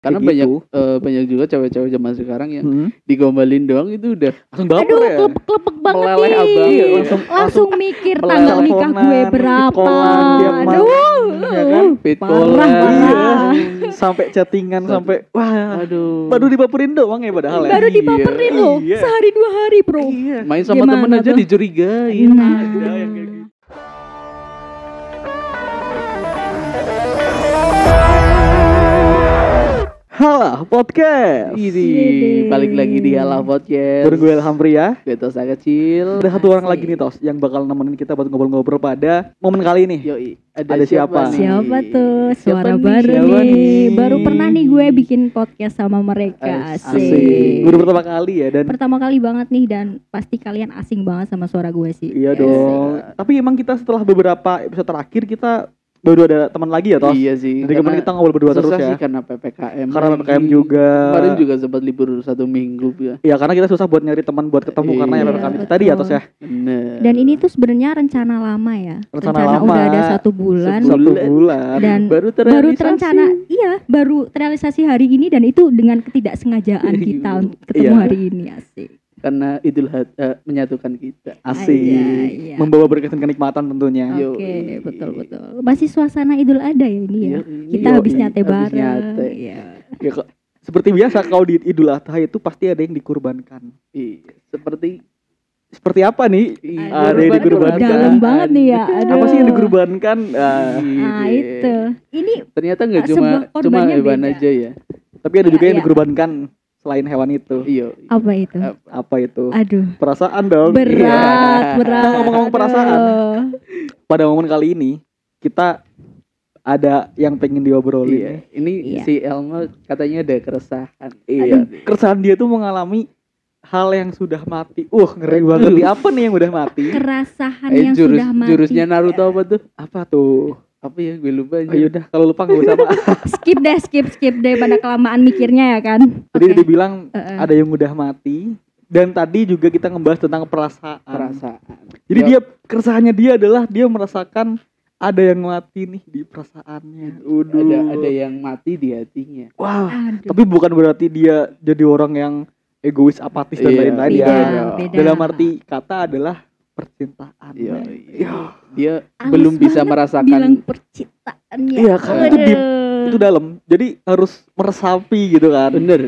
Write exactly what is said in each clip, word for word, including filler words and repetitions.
Karena Kayak banyak gitu. uh, banyak juga cewek-cewek zaman sekarang yang Hmm. digombalin doang itu udah Langsung baper Aduh, ya. klepek-klepek banget Meleleh nih. abang. Iya, langsung- langsung mikir meleleh. tanggal nikah gue Teleponan, berapa. callan tiap malam, Aduh, ya kan? Fit parah, callan. parah. Sampai chattingan sampai wah. Aduh. Baru dibaperin doang ya padahal ya. Baru Iya. dibaperin loh, Iya. sehari dua hari bro. Iya. Main sama Gimana temen aja tuh? dicurigain. Nah. Ada yang kayak gitu. Halo podcast. Ini balik lagi di Halo Podcast. Baru gue Alhamri ya. Gue Tosa kecil. Ada satu orang Asik. lagi nih Tos yang bakal nemenin kita buat ngobrol-ngobrol pada momen kali ini. Yoi, ada, Ada siapa? nih? Siapa tuh? Siapa Suara nih? baru Siapa nih. nih? Baru pernah nih gue bikin podcast sama mereka. Asik. Asik. Asik. Baru pertama kali ya dan Pertama kali banget nih dan pasti kalian asing banget sama suara gue sih. iya Asik. dong. Tapi emang kita setelah beberapa episode terakhir kita baru ada teman lagi ya Tos. Iya sih. Jadi kemarin kita ngobrol berdua terus susah ya. sih karena P P K M. Karena P P K M lagi. juga. Kemarin juga sempat libur satu minggu ya. Ya karena kita susah buat nyari teman buat ketemu karena ya Iya, P P K M betul. tadi ya Tos ya. Bener. Dan ini tuh sebenarnya rencana lama ya. Rencana lama. udah ada satu bulan. Sebulan. Satu bulan. Dan baru baru terrealisasi. terencana, iya baru terrealisasi hari ini dan itu dengan ketidaksengajaan kita untuk ketemu Iya. hari ini. Asik. Karena Idul Adha menyatukan kita. Asik. Iya, iya. Membawa berkah dan kenikmatan tentunya. Yo. Oke, Yoi. betul betul. Masih suasana Idul Adha ya ini ya. Yoi. Kita Yoi, habis nyate habis bareng. nyate. Iya. Ya kok seperti biasa kalau di Idul Adha itu pasti ada yang dikurbankan. Iya, seperti Seperti apa nih? Iya, Ada yang dikurbankan. Dalam banget nih ya. Aduh. Apa sih yang dikurbankan? Ah, Nah, itu. Ini ternyata nggak Ah, cuma sebuah cuma korbannya hewan beda. aja ya. tapi ada Iya, juga yang iya. dikurbankan selain hewan itu. Iya. apa itu? Apa? Apa itu? Aduh. Perasaan dong. Berat, Iya. berat. Nah, ngomong-ngomong perasaan. Aduh. Pada momen kali ini kita ada yang pengen diobrolin. Iya. Ini Iya. si Elma katanya ada keresahan. Iya. Keresahan dia tuh mengalami hal yang sudah mati. Uh, ngeri banget nih. Apa nih yang udah mati? Kerasahan Eh, yang jurus, sudah mati. jurusnya Naruto apa tuh? Apa tuh? Apa ya? Gue lupa aja. Oh, yaudah, kalau lupa nggak usah Pak. Skip deh, skip, skip deh pada kelamaan mikirnya ya kan. Jadi Oke. dia bilang Heeh. ada yang udah mati. Dan tadi juga kita ngebahas tentang perasaan. Perasaan. Jadi Ya. dia keresahannya dia adalah dia merasakan ada yang mati nih di perasaannya. Udah. Ada ada yang mati di hatinya. Wah. Aduh. Tapi bukan berarti dia jadi orang yang egois, apatis dan Iya, lain-lain beda, ya. beda. Dalam arti kata adalah percintaan. Iya. Iya. iya. Dia Halus belum bisa banget merasakan. bilang percintaannya. Iya, karena itu deep. Aduh. Itu dalam. Jadi harus meresapi gitu kan. Bener.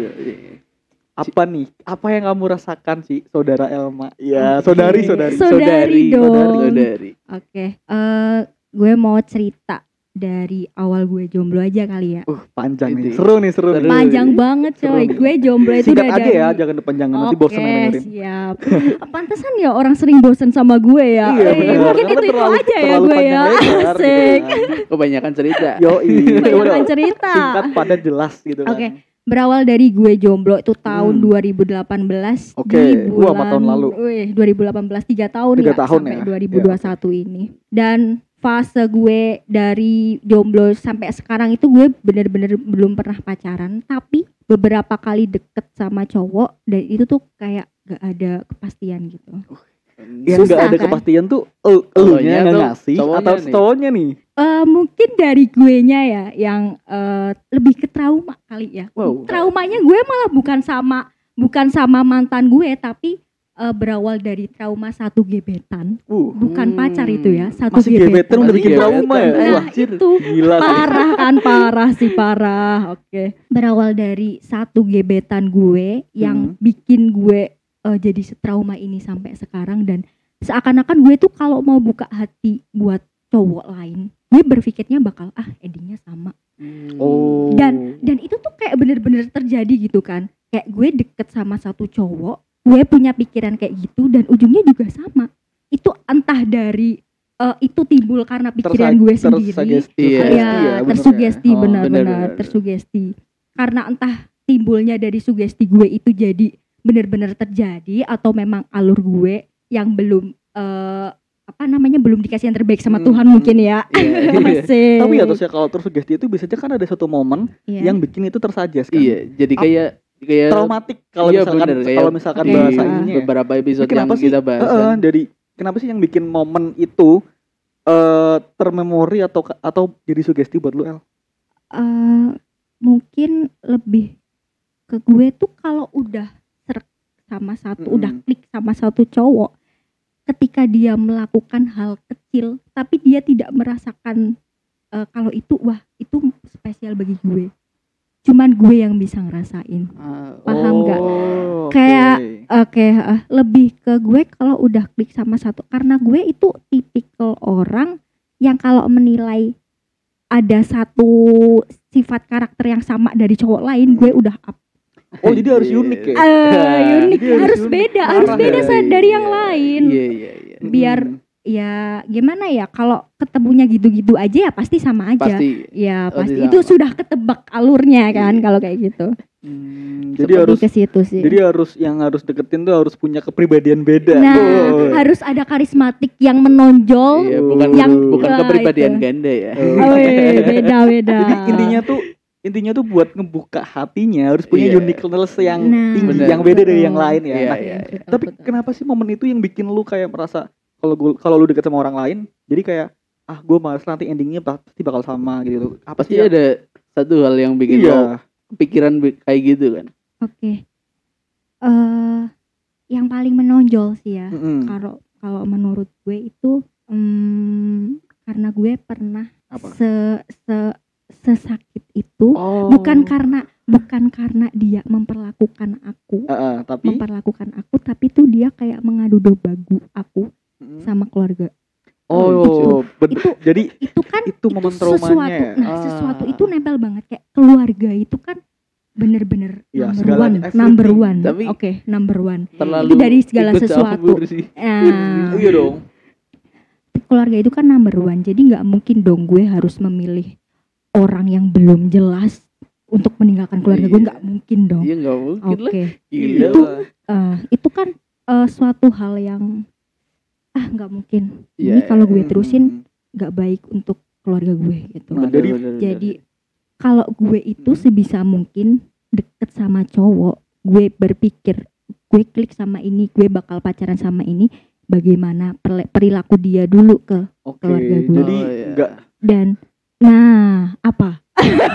Apa nih? Apa yang kamu rasakan sih, saudara Elma? Ya, saudari, saudari. Saudari dong. Saudari. Oke, eh gue mau cerita dari awal gue jomblo aja kali ya. Uh, panjang nih. Ini. Seru nih, seru, Seru. nih. Panjang banget Seru coy. nih. Gue jomblo itu Singkat udah aja dari... ya, jangan panjangan nanti bosan yang dengerin. siap. Pantesan ya orang sering bosan sama gue ya. Iya, Eh, benar. mungkin Karena itu itu terlalu- aja ya terlalu gue ya. panjang lebar, Asik. gitu kan. Kebanyakan cerita. Yoi. Kebanyakan cerita. Singkat padat jelas gitu kan. Oke. Berawal dari gue jomblo itu tahun Hmm. dua ribu delapan belas Oke, di wah, bulan empat tahun lalu. Wih, dua ribu delapan belas tiga tahun Tiga ya tahun sampai ya. dua ribu dua puluh satu ini. Dan fase gue dari jomblo sampai sekarang itu gue bener-bener belum pernah pacaran, tapi beberapa kali deket sama cowok dan itu tuh kayak gak ada kepastian gitu. Yang Susah, nggak ada kan? kepastian tuh el- elunya Elunya nggak tuh ngasih cowoknya atau nih. cowoknya nih. Eh, mungkin dari gue nya ya yang eh, lebih ke trauma kali ya. Wow. Traumanya gue malah bukan sama bukan sama mantan gue tapi eh, berawal dari trauma satu gebetan. Uh, Bukan Hmm. pacar itu ya, satu masih gebetan gebetan. udah Masih bikin gebetan. trauma ya. Nah, Wah, anjir. itu Gila sih. parah kan, parah sih parah. Oke. Berawal dari satu gebetan gue yang Hmm. bikin gue eh, jadi setrauma ini sampai sekarang dan seakan-akan gue tuh kalau mau buka hati buat cowok lain, gue berpikirnya bakal ah endingnya sama. Oh. Dan dan itu tuh kayak bener-bener terjadi gitu kan. Kayak gue deket sama satu cowok, gue punya pikiran kayak gitu dan ujungnya juga sama. Itu entah dari eh, itu timbul karena pikiran Tersa- gue sendiri. tersugesti- Iya. tersugesti Ya, ya, bener tersugesti ya. Oh, benar-benar bener-bener. tersugesti. Karena entah timbulnya dari sugesti gue itu jadi benar-benar terjadi atau memang alur gue yang belum eh, apa namanya belum dikasih yang terbaik sama Hmm, Tuhan hmm. mungkin ya. Iya. Asik. Tapi ya terus ya kalau tersugesti itu biasanya kan ada satu momen Iya. yang bikin itu tersuggest kan. Iya, jadi kayak kayak Traumatik kalau iya, misalkan bener, kayak kalau misalkan Oke. bahasa Ah. ininya ya. beberapa episode Kenapa yang sih? kita bahas. Heeh, kan. dari kenapa sih yang bikin momen itu eh termemori atau atau jadi sugesti buat lu El? Eh, mungkin lebih ke gue tuh kalau udah serk sama satu, Mm-mm. udah klik sama satu cowok, ketika dia melakukan hal kecil, tapi dia tidak merasakan eh, kalau itu wah itu spesial bagi gue. Cuman gue yang bisa ngerasain. Ah, Paham nggak? Oh, Kayak oke. Oke, eh, lebih ke gue kalau udah klik sama satu, karena gue itu tipikal orang yang kalau menilai ada satu sifat karakter yang sama dari cowok lain, gue udah up. Oh, jadi harus unik ya? Eh, unik, Jadi harus harus unik. beda, Parah harus ya? beda sa- dari yang Iya, lain. Iya iya iya. Biar Mm-mm. ya gimana ya, kalau ketemunya gitu-gitu aja ya pasti sama aja. Pasti. Ya Oh, pasti sama. itu sudah ketebak alurnya kan Iya. kalau kayak gitu. Hmm, jadi Lebih harus ke situ sih. jadi harus yang harus deketin tuh harus punya kepribadian beda. Nah, Oh. harus ada karismatik yang menonjol. Iya, bukan yang- bukan Wah, kepribadian itu. ganda ya. Oh. Oh, iya, beda beda. Jadi intinya tuh intinya tuh buat ngebuka hatinya harus punya Iya. uniqueness yang Nah, tinggi, benar. yang beda dari betul. yang lain ya. Iya, Nah, iya. Betul, tapi betul. kenapa sih momen itu yang bikin lu kayak merasa kalau gua kalau lu deket sama orang lain, jadi kayak ah gue malas nanti endingnya pasti bakal sama gitu. Apa Pasti sih? ada satu hal yang bikin lo Iya. kepikiran bi- kayak gitu kan. Oke. Eh, yang paling menonjol sih ya. Mm-mm. Kalau kalau menurut gue itu em, karena gue pernah Apa? se se sesakit itu, Oh. bukan karena bukan karena dia memperlakukan aku, Heeh, tapi memperlakukan aku, tapi tuh dia kayak mengadu domba gu- aku Mm-mm. sama keluarga. Oh, ben- Itu- jadi Itu kan itu momen traumanya sesuatu, ya? nah Ah. sesuatu itu nempel banget, kayak keluarga itu kan bener-bener Ya, number segalanya, one, everything. number one. Tapi- Oke, number one. Terlalu Itu dari segala ikut sesuatu. campur sih. Nah, iya dong. keluarga itu kan number one, jadi nggak mungkin dong gue harus memilih orang yang belum jelas untuk meninggalkan keluarga gue, Iya. nggak mungkin dong. Iya nggak mungkin Oke, lah. Gila Iya Itu- lah. eh, itu kan eh, suatu hal yang ah nggak mungkin. Iya, Ini kalau gue Hmm. terusin nggak baik untuk keluarga gue gitu. Nah, Bener, jadi- bener, bener. Jadi kalau gue itu Hmm. sebisa mungkin deket sama cowok, gue berpikir gue klik sama ini, gue bakal pacaran sama ini, bagaimana perle- perilaku dia dulu ke Oke. keluarga gue. Jadi Oh, iya. enggak dan nah apa?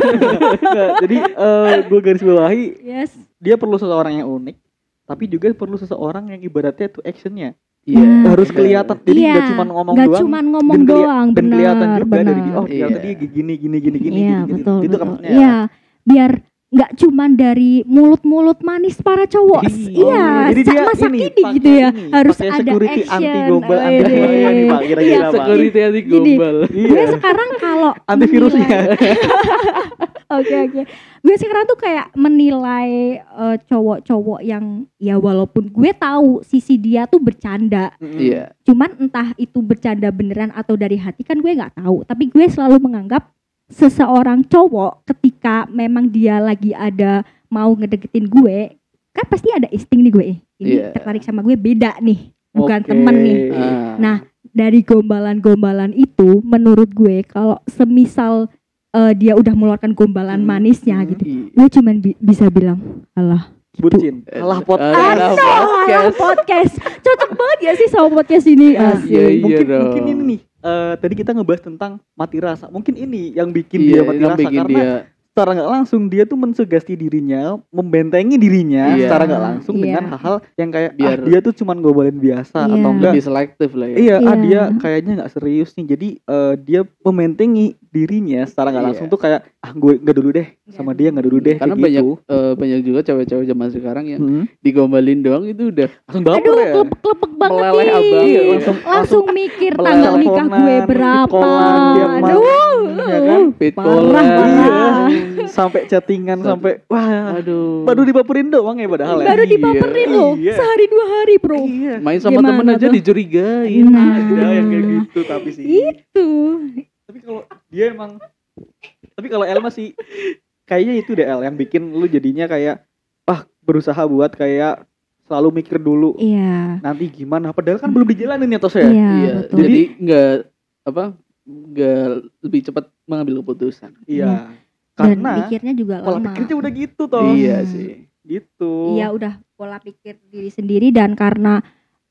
enggak. Jadi eh gue garis bawahi Yes. dia perlu seseorang yang unik, tapi juga perlu seseorang yang ibaratnya tuh actionnya Iya. Nah. harus kelihatan. Jadi Iya, nggak cuma ngomong nggak doang, cuman ngomong dan kelia- doang, dan kelihatan benar, juga dari dia. benar. Oh ternyata Iya. dia gini gini gini gini. Iya, gini, betul, Itu kan betul. maksudnya. Iya, biar nggak cuman dari mulut-mulut manis para cowok. Iya. Iya, Jadi dia masa ini, kini pakai gitu ya. ini, Harus pakai ada security action. anti gombal, Oh, anti iya. bahaya nih Pak. Kira-kira Iya, Pak. Security anti Gini. gombal. Gue Iya. sekarang kalau Antivirusnya. menilai- Oke oke. Gue sekarang tuh kayak menilai eh, cowok-cowok yang ya walaupun gue tahu sisi dia tuh bercanda, Mm-mm. Iya. cuman entah itu bercanda beneran atau dari hati kan gue nggak tahu. Tapi gue selalu menganggap seseorang cowok ketika memang dia lagi ada mau ngedeketin gue, kan pasti ada insting nih gue. eh, Ini Iya. tertarik sama gue, beda nih, bukan Oke. temen nih. Ah. Nah, dari gombalan-gombalan itu menurut gue kalau semisal eh, dia udah mengeluarkan gombalan Hmm, manisnya hmm. gitu, Iya. gue cuman bi- bisa bilang alah Bucin. Alah podcast. Alah, Aduh, alah, podcast. podcast cocok banget ya sih sama podcast ini. Nah, Asik. Iya, iya mungkin dong. mungkin ini nih. eh, tadi kita ngebahas tentang mati rasa. Mungkin ini yang bikin Iya, dia mati yang rasa bikin karena dia secara nggak langsung dia tuh mensugesti dirinya, membentengi dirinya Iya. secara nggak langsung Iya. dengan hal-hal yang kayak ah, Biar- dia tuh cuman ngobrolin biasa Iya. atau enggak. lebih selektif lah ya. Iya, ah, Iya. dia kayaknya nggak serius nih. Jadi eh, dia membentengi dirinya secara nggak Iya. langsung tuh kayak ah gue nggak dulu deh sama dia nggak dulu deh. Karena kayak banyak gitu. eh, banyak juga cewek-cewek zaman sekarang yang Hmm. digombalin doang itu udah Langsung baper Aduh, ya. klepek-klepek banget Meleleh nih. abang. Iya, langsung- langsung mikir meleleh tanggal nikah teleponan, gue berapa. callan tiap malam, Aduh, ya kan? fit parah, callan. parah. Sampai chattingan sampai wah Aduh. baru dibaperin doang ya padahal ya. Baru Iya. dibaperin loh, Iya. sehari dua hari bro. Iya. Main sama Gimana temen aja tuh? dicurigain. Nah, Ada yang kayak gitu tapi sih. itu. Tapi kalau dia emang tapi kalau El masih kayaknya itu deh El yang bikin lu jadinya kayak ah berusaha buat kayak selalu mikir dulu Iya. nanti gimana padahal kan belum dijalanin ya Tos ya. Iya, Iya, betul. jadi nggak apa nggak lebih cepat mengambil keputusan. Iya. Dan Karena mikirnya juga pola lama. pikirnya udah gitu Tos. Iya sih. Gitu. Iya udah pola pikir diri sendiri, dan karena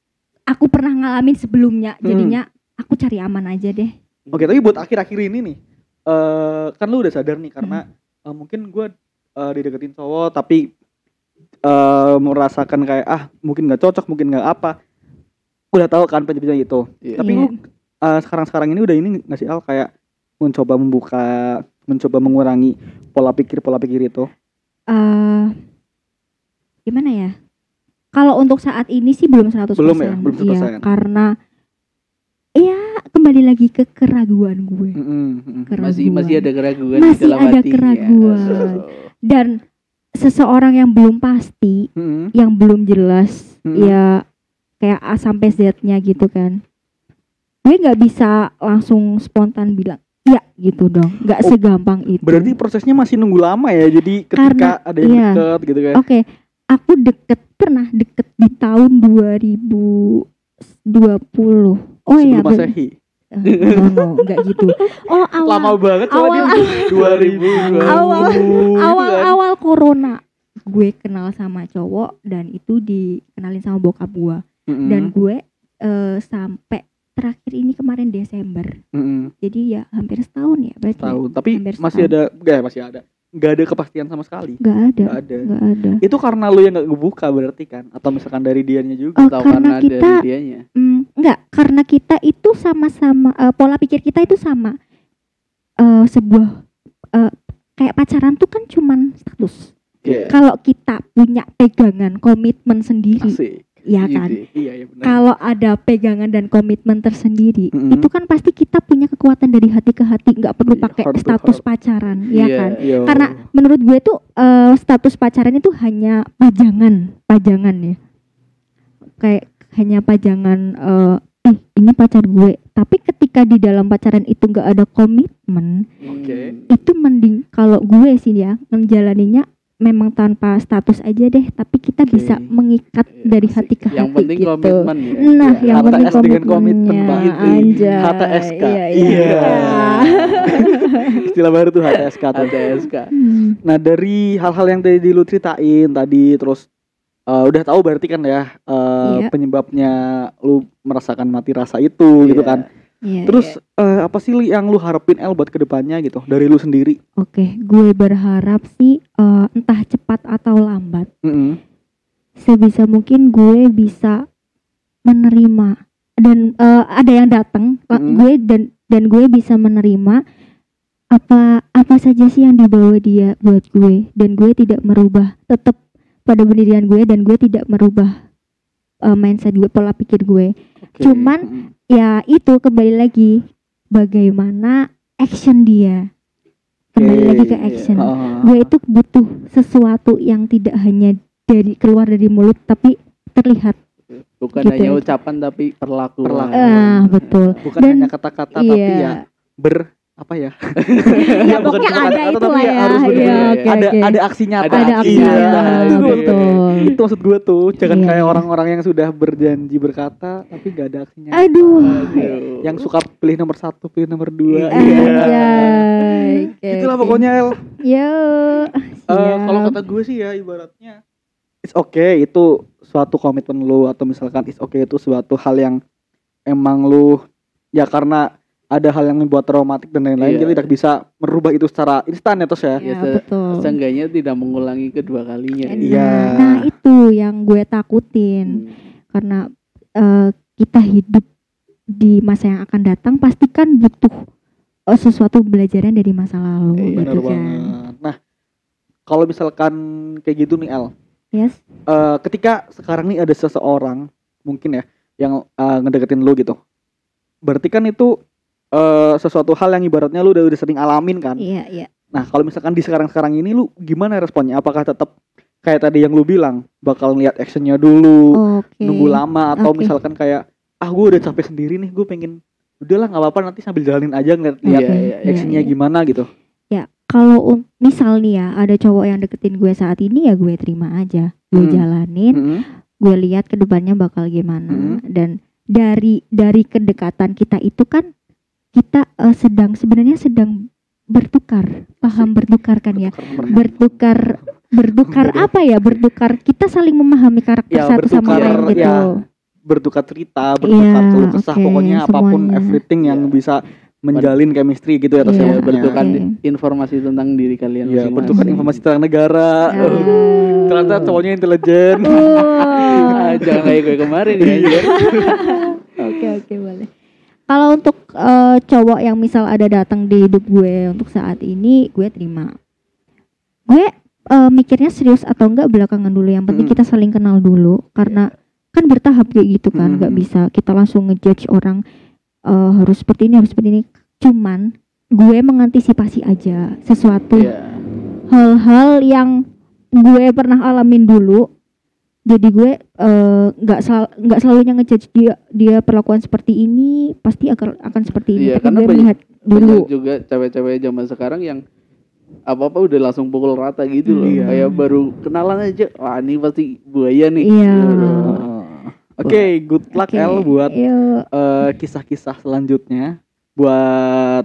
aku pernah ngalamin sebelumnya, Hmm. jadinya aku cari aman aja deh. Oke, tapi buat akhir-akhir ini nih, eh kan lu udah sadar nih karena uh, mungkin gue uh, dideketin cowok tapi uh, merasakan kayak ah mungkin nggak cocok, mungkin nggak apa, udah tahu kan penyebabnya itu. Iya. Tapi Iya. lu uh, sekarang-sekarang ini udah ini nggak sih Al, kayak mencoba membuka, mencoba mengurangi pola pikir pola pikir itu? Eh, gimana ya? Kalau untuk saat ini sih belum seratus persen. Belum ya? Belum seratus persen. Iya, karena ya kembali lagi ke keraguan gue. Mm-mm, mm-mm. Keraguan. Masih masih ada keraguan di Masih dalam ada hatinya. keraguan. Dan seseorang yang belum pasti, Mm-mm. yang belum jelas, Mm-mm. ya kayak A sampai Z-nya gitu kan. Gue nggak bisa langsung spontan bilang ya gitu dong, nggak Oh, segampang itu. Berarti prosesnya masih nunggu lama ya. Jadi ketika Karena- ada yang iya. deket gitu kan. Oke, aku deket pernah deket di tahun dua ribu dua puluh. Oh iya, Sebelum Masehi. no, no, enggak gitu. Oh awal Lama banget soalnya awal- dua ribu Awal- kan. awal-awal corona gue kenal sama cowok dan itu dikenalin sama bokap gue. Mm-mm. Dan gue eh, sampai terakhir ini kemarin Desember. Mm-mm. Jadi ya hampir setahun ya berarti. ya? Tahu, tapi Hampir masih setahun. ada enggak masih ada. Enggak ada kepastian sama sekali. Nggak ada. Enggak ada. Nggak ada. Itu karena lu yang enggak ngebuka berarti kan, atau misalkan dari dianya juga. Oh, Atau karena karena kita dari dianya. mm, enggak, karena kita itu sama-sama eh, pola pikir kita itu sama. Eh, sebuah eh, kayak pacaran tuh kan cuman status. Iya. Kalau kita punya pegangan komitmen sendiri, Asik. ya kan? Gitu. Iya, iya benar. Kalau ada pegangan dan komitmen tersendiri, Mm-mm. itu kan pasti kita punya kekuatan dari hati ke hati, nggak perlu Iya, pakai heart to status heart. pacaran, ya Iya. kan? Iya. Karena menurut gue tuh eh, status pacaran itu hanya pajangan, pajangan ya. Kayak hanya pajangan eh eh ini pacar gue. Tapi ketika di dalam pacaran itu nggak ada komitmen, Oke. itu mending kalau gue sih ya menjalaninya memang tanpa status aja deh, tapi kita Oke. bisa mengikat Iya, dari asik. hati ke Yang hati penting gitu. komitmen ya. Nah, Iya, yang H T S penting dengan komitmen, komitmennya, Mbak. anjay. H T S K. Iya, Iya. iya. Istilah baru tuh H T S K tuh. H T S K. Hmm. Nah, dari hal-hal yang tadi lu ceritain tadi, terus eh, udah tahu berarti kan ya eh, Iya. penyebabnya lu merasakan mati rasa itu gitu Iya. kan. Iya, Terus eh, apa sih Li, yang lu harapin El buat kedepannya gitu dari lu sendiri? Oke, gue berharap sih eh, entah cepat atau lambat, Mm-mm. sebisa mungkin gue bisa menerima dan eh, ada yang datang la- Mm-mm. gue dan dan gue bisa menerima apa apa saja sih yang dibawa dia buat gue, dan gue tidak merubah, tetap pada pendirian gue, dan gue tidak merubah eh, mindset gue, pola pikir gue. Oke. Cuman Mm-mm. Ya itu kembali lagi bagaimana action dia, kembali Oke, lagi ke iya. action. Ah. Gue itu butuh sesuatu yang tidak hanya dari keluar dari mulut tapi terlihat. Bukan Gitu hanya aja. ucapan tapi perlakuan. Perlakuan. Ah betul. Bukan Dan- hanya kata-kata tapi Iya. ya ber apa ya? Ya bukan pokoknya cuma ada kata-kata, itu tapi lah ya ya. harus bener-bener Iya, ya. oke, ada oke. ada aksi nyata. Ada Ada aksi Iya, nyata, itu gua- betul. Itu maksud gue tuh, jangan Iya. kayak orang-orang yang sudah berjanji berkata tapi gak ada aksinya. Aduh. Aduh. Yang suka pilih nomor satu, pilih nomor dua. Anjay. Oke, Itulah oke. pokoknya El. Yo. Eh, siap. kalau kata gue sih ya ibaratnya it's okay itu suatu komitmen lu, atau misalkan it's okay itu suatu hal yang emang lu ya karena ada hal yang membuat traumatik dan lain-lain, Iya. jadi tidak bisa merubah itu secara instan ya Tos ya. Ya, Ya, se- betul. Seenggaknya tidak mengulangi kedua kalinya. Nah, Iya. nah itu yang gue takutin. Hmm. Karena eh, kita hidup di masa yang akan datang pasti kan butuh eh, sesuatu pembelajaran dari masa lalu Iya, Benar gitu kan. banget. Nah, kalau misalkan kayak gitu nih El, Yes. eh, ketika sekarang nih ada seseorang mungkin ya yang eh, ngedeketin lu gitu, berarti kan itu eh, sesuatu hal yang ibaratnya lu udah udah sering alamin kan. Iya, iya. Nah, kalau misalkan di sekarang-sekarang ini lu gimana responnya? Apakah tetap kayak tadi yang lu bilang bakal ngeliat actionnya dulu, Oke. nunggu lama, atau Oke. misalkan kayak ah gue udah capek sendiri nih, gue pengen udahlah nggak apa-apa nanti sambil jalanin aja ngeliat lihat Iya, iya, iya. actionnya iya. gimana gitu. Ya, kalau un- misal nih ya ada cowok yang deketin gue saat ini, ya gue terima aja. Gue Hmm. jalanin, Mm-mm. gue lihat ke depannya bakal gimana. Hmm. Dan dari dari kedekatan kita itu kan kita eh, sedang sebenarnya sedang bertukar, paham bertukar kan ya? Bertukar bertukar Enggak deh. apa ya? Bertukar, kita saling memahami karakter Ya, satu sama bertukar, lain gitu. ya. Bertukar cerita, bertukar Iya, keluh kesah, oke, pokoknya apapun semuanya. everything yang Iya. bisa menjalin chemistry gitu ya atas Iya, ya. bertukar Oke. informasi tentang diri kalian Iya, masing-masing. bertukar informasi tentang negara. Ah. Ternyata cowoknya intelijen. Ah, jangan kayak gue kemarin ya. anjir. Oke oke boleh. Kalau untuk eh, cowok yang misal ada datang di hidup gue untuk saat ini, gue terima. Gue eh, mikirnya serius atau enggak belakangan dulu. Yang penting Hmm. kita saling kenal dulu, karena kan bertahap kayak gitu kan, nggak Hmm. bisa kita langsung ngejudge orang eh, harus seperti ini harus seperti ini. Cuman gue mengantisipasi aja sesuatu Iya. hal-hal yang gue pernah alamin dulu. Jadi gue eh, nggak sel- nggak selalunya ngejudge dia dia perlakuan seperti ini pasti akan akan seperti ini. Iya, Tapi karena gue banyak- melihat dulu. Banyak juga cewek-cewek zaman sekarang yang apa-apa udah langsung pukul rata gitu loh. Iya. Kayak baru kenalan aja, wah ini pasti buaya nih. Iya. Gitu. Oke, good luck Oke, El buat yuk. eh, kisah-kisah selanjutnya. Buat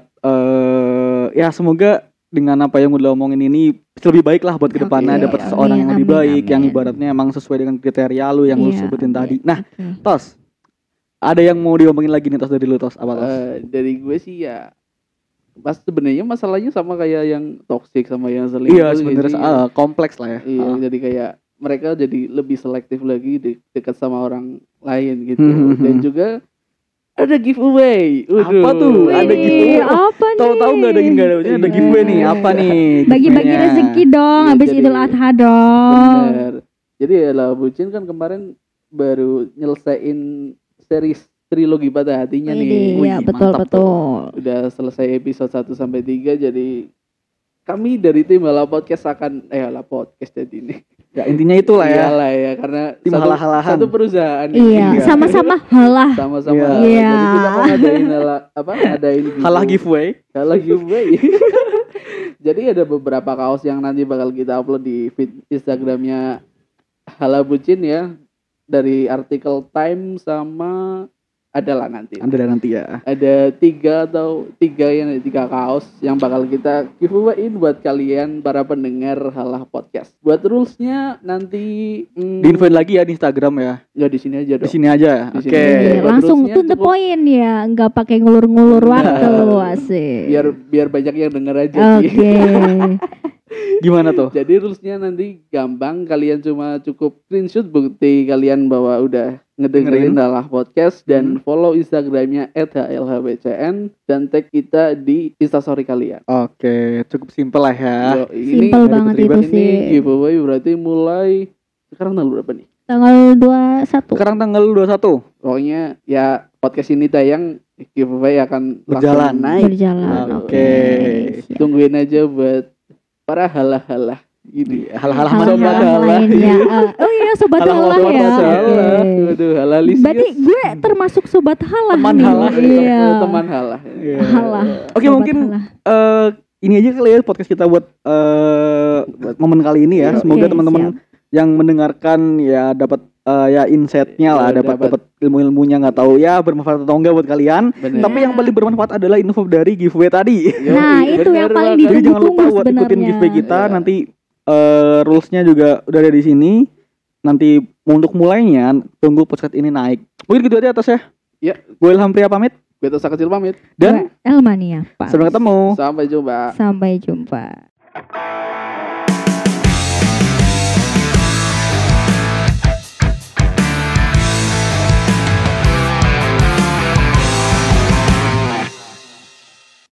eh, ya semoga dengan apa yang udah omongin ini lebih baik lah buat kedepannya, Oke, dapat amin, seseorang yang lebih amin, baik, yang amin. ibaratnya emang sesuai dengan kriteria lu yang lu Iya, sebutin iya. tadi. Nah, Oke. Tos, ada yang mau diomongin lagi nih Tos dari lu Tos? Apa Tos? Eh, dari gue sih ya, pas sebenarnya masalahnya sama kayak yang toxic sama yang selingkuh. Iya, sih, sebenarnya sih. ah, kompleks lah ya. Iya, Ah. jadi kayak mereka jadi lebih selektif lagi de- dekat sama orang lain gitu. Hmm, Dan juga ada giveaway. Waduh. Apa tuh? Ada Wih, giveaway. apa nih? Tahu-tahu nggak ada nggak ada ada giveaway nih? Apa nih? Bagi-bagi giveaway-nya? rezeki dong, Iya, habis jadi- Idul Adha dong. Bener. Jadi ya lah Bucin kan kemarin baru nyelesain series trilogi Patah Hatinya Ini nih. Wih, ya betul mantap betul. Udah selesai episode satu sampai tiga, jadi kami dari tim Hala Podcast akan eh Hala Podcast jadi ini. Ya intinya itulah ya. Iyalah ya, karena Tim satu, halah-halahan. satu perusahaan nih. Iya, sama-sama halah. Sama-sama. Iya. Iya. Jadi kita mau ngadain hala, apa? Ngadain Halah giveaway. Halah giveaway. Jadi ada beberapa kaos yang nanti bakal kita upload di feed Instagramnya Hala Bucin ya, dari artikel Time sama adalah nanti. Anda nanti ya. Ada tiga atau tiga yang tiga kaos yang bakal kita giveawayin buat kalian para pendengar Halah Podcast. Buat rulesnya nanti hmm, Diinfoin lagi ya di Instagram ya. nggak di sini aja Di dong. sini aja. Di Oke. sini. Iya, Buat langsung rulesnya to the cukup- point ya, nggak pakai ngulur-ngulur waktu, asik. Biar biar banyak yang denger aja Oke. sih. Gimana tuh? Jadi rulesnya nanti gampang, kalian cuma cukup screenshot bukti kalian bahwa udah ngedengerin Dengerin. Halah Podcast dan Hmm. follow Instagramnya et h l h b c n dan tag kita di instastory kalian. Oke, cukup simpel lah ya. Yo, ini Simpel ada banget ribet itu ini sih. giveaway berarti mulai sekarang tanggal berapa nih? Tanggal dua puluh satu. Sekarang tanggal dua puluh satu. Pokoknya ya podcast ini tayang, giveaway akan langsung Berjalan. naik. Berjalan. Oke. Siap. Tungguin aja buat para halah-halah gini. Hal-hal Hal-hal mana halah. lainnya. Ah, oh iya, sobat Halah, halah sobat ya. halah. Oke. Waduh, halalisius. Berarti gue termasuk sobat halah Teman nih. halah. Iya. Teman halah. Iya. Halah. Oke, Sobat mungkin halah. eh ini aja kali ya podcast kita buat eh momen kali ini ya. Oke, Semoga Oke, teman-teman siap. yang mendengarkan ya dapat eh, ya insight-nya lah, Ya, dapat dapat. dapat ilmu-ilmunya, nggak tahu ya bermanfaat atau enggak buat kalian. Bener. Tapi yang paling bermanfaat adalah info dari giveaway tadi. Yoi, Nah, itu bener yang paling banget. Jadi jangan lupa ditunggu buat ikutin sebenarnya. giveaway kita. Iya. Nanti eh rules-nya juga udah ada di sini. Nanti untuk mulainya tunggu podcast ini naik. Mungkin gitu aja atas ya. Ya. Gue Ilham Pria pamit Gue Tosa Kecil pamit. dan Gue Elmania, Pak. Oh. sampai ketemu. Sampai jumpa. Sampai jumpa.